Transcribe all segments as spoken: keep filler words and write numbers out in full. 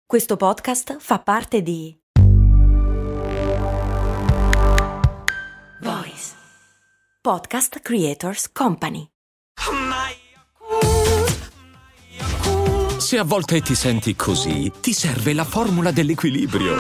Questo podcast fa parte di Voice Podcast Creators Company. Se a volte ti senti così, ti serve la formula dell'equilibrio.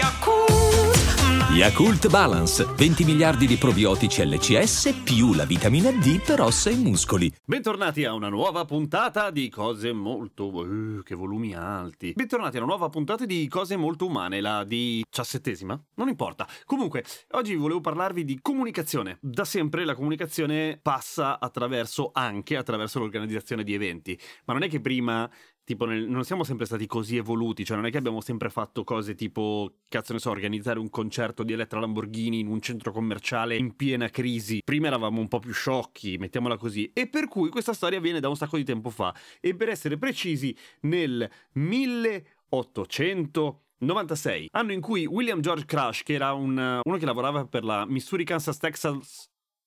Yakult Balance, venti miliardi di probiotici L C S più la vitamina D per ossa e muscoli. Bentornati a una nuova puntata di Cose Molto... Uh, che volumi alti. Bentornati a una nuova puntata di Cose Molto Umane, la diciassettesima? Non importa. Comunque, oggi volevo parlarvi di comunicazione. Da sempre la comunicazione passa attraverso, anche attraverso l'organizzazione di eventi. Ma non è che prima... Tipo, nel, non siamo sempre stati così evoluti, cioè non è che abbiamo sempre fatto cose tipo, cazzo ne so, organizzare un concerto di Elettra Lamborghini in un centro commerciale in piena crisi. Prima eravamo un po' più sciocchi, mettiamola così, e per cui questa storia viene da un sacco di tempo fa. E per essere precisi, nel milleottocentonovantasei, anno in cui William George Crash, che era un, uno che lavorava per la Missouri Kansas Texas...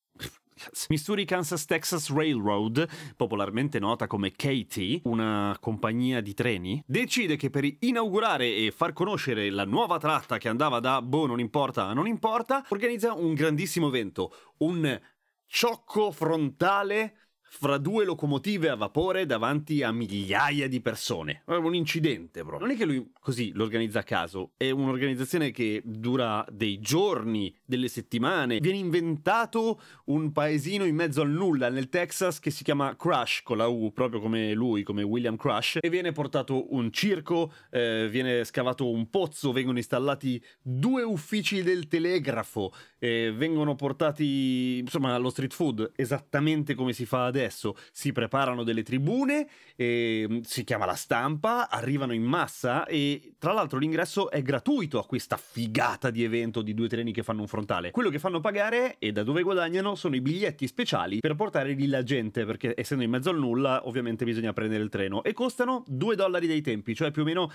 Missouri Kansas Texas Railroad, popolarmente nota come K T, una compagnia di treni, decide che per inaugurare e far conoscere la nuova tratta che andava da boh non importa a non importa, organizza un grandissimo evento, un ciocco frontale fra due locomotive a vapore davanti a migliaia di persone. È un incidente, bro. Non è che lui così lo organizza a caso, è un'organizzazione che dura dei giorni, delle settimane. Viene inventato un paesino in mezzo al nulla nel Texas che si chiama Crush, con la U, proprio come lui, come William Crush, e viene portato un circo, eh, viene scavato un pozzo, vengono installati due uffici del telegrafo, eh, vengono portati, insomma, allo street food, esattamente come si fa adesso. Adesso si preparano delle tribune, e si chiama la stampa, arrivano in massa e tra l'altro l'ingresso è gratuito a questa figata di evento di due treni che fanno un frontale. Quello che fanno pagare e da dove guadagnano sono i biglietti speciali per portare lì la gente, perché essendo in mezzo al nulla ovviamente bisogna prendere il treno, e costano due dollari dei tempi, cioè più o meno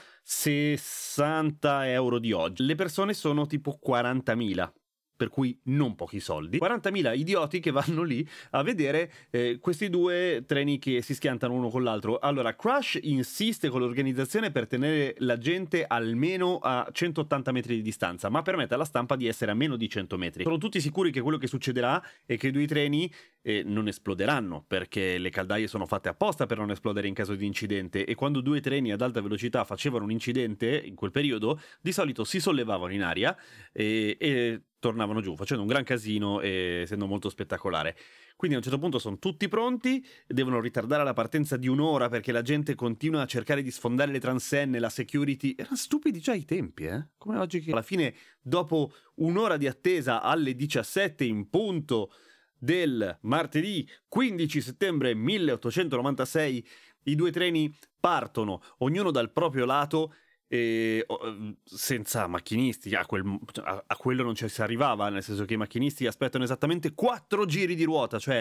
sessanta euro di oggi. Le persone sono tipo quarantamila. Per cui non pochi soldi, quarantamila idioti che vanno lì a vedere eh, questi due treni che si schiantano uno con l'altro. Allora, Crush insiste con l'organizzazione per tenere la gente almeno a centottanta metri di distanza, ma permette alla stampa di essere a meno di cento metri. Sono tutti sicuri che quello che succederà è che i due treni eh, non esploderanno, perché le caldaie sono fatte apposta per non esplodere in caso di incidente, e quando due treni ad alta velocità facevano un incidente, in quel periodo, di solito si sollevavano in aria e... e tornavano giù, facendo un gran casino e essendo molto spettacolare. Quindi a un certo punto sono tutti pronti, devono ritardare la partenza di un'ora perché la gente continua a cercare di sfondare le transenne, la security. Erano stupidi già i tempi, eh? Come oggi che alla fine, dopo un'ora di attesa alle diciassette in punto del martedì quindici settembre milleottocentonovantasei, i due treni partono, ognuno dal proprio lato, e senza macchinisti. A, quel, a, a quello non ci si arrivava, nel senso che i macchinisti aspettano esattamente quattro giri di ruota, cioè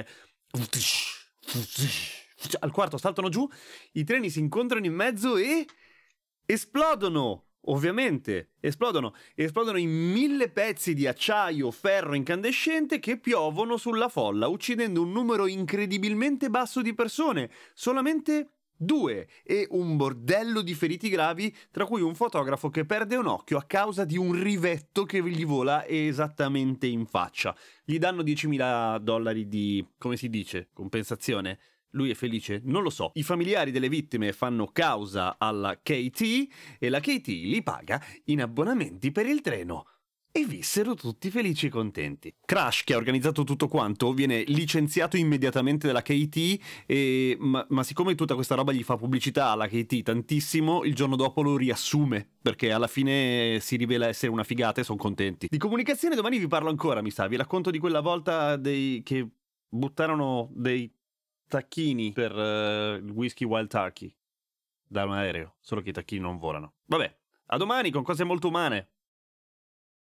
al quarto saltano giù, i treni si incontrano in mezzo e esplodono. Ovviamente esplodono esplodono in mille pezzi di acciaio, ferro incandescente che piovono sulla folla, uccidendo un numero incredibilmente basso di persone, solamente due, e un bordello di feriti gravi, tra cui un fotografo che perde un occhio a causa di un rivetto che gli vola esattamente in faccia. Gli danno diecimila dollari di, come si dice, compensazione. Lui è felice? Non lo so. I familiari delle vittime fanno causa alla K T e la K T li paga in abbonamenti per il treno. E vissero tutti felici e contenti. Crash, che ha organizzato tutto quanto, viene licenziato immediatamente dalla K T, e, ma, ma siccome tutta questa roba gli fa pubblicità alla K T tantissimo, il giorno dopo lo riassume, perché alla fine si rivela essere una figata e sono contenti. Di comunicazione domani vi parlo ancora, mi sa. Vi racconto di quella volta dei che buttarono dei tacchini per uh, il whisky Wild Turkey da un aereo, solo che i tacchini non volano. Vabbè, a domani con Cose Molto Umane.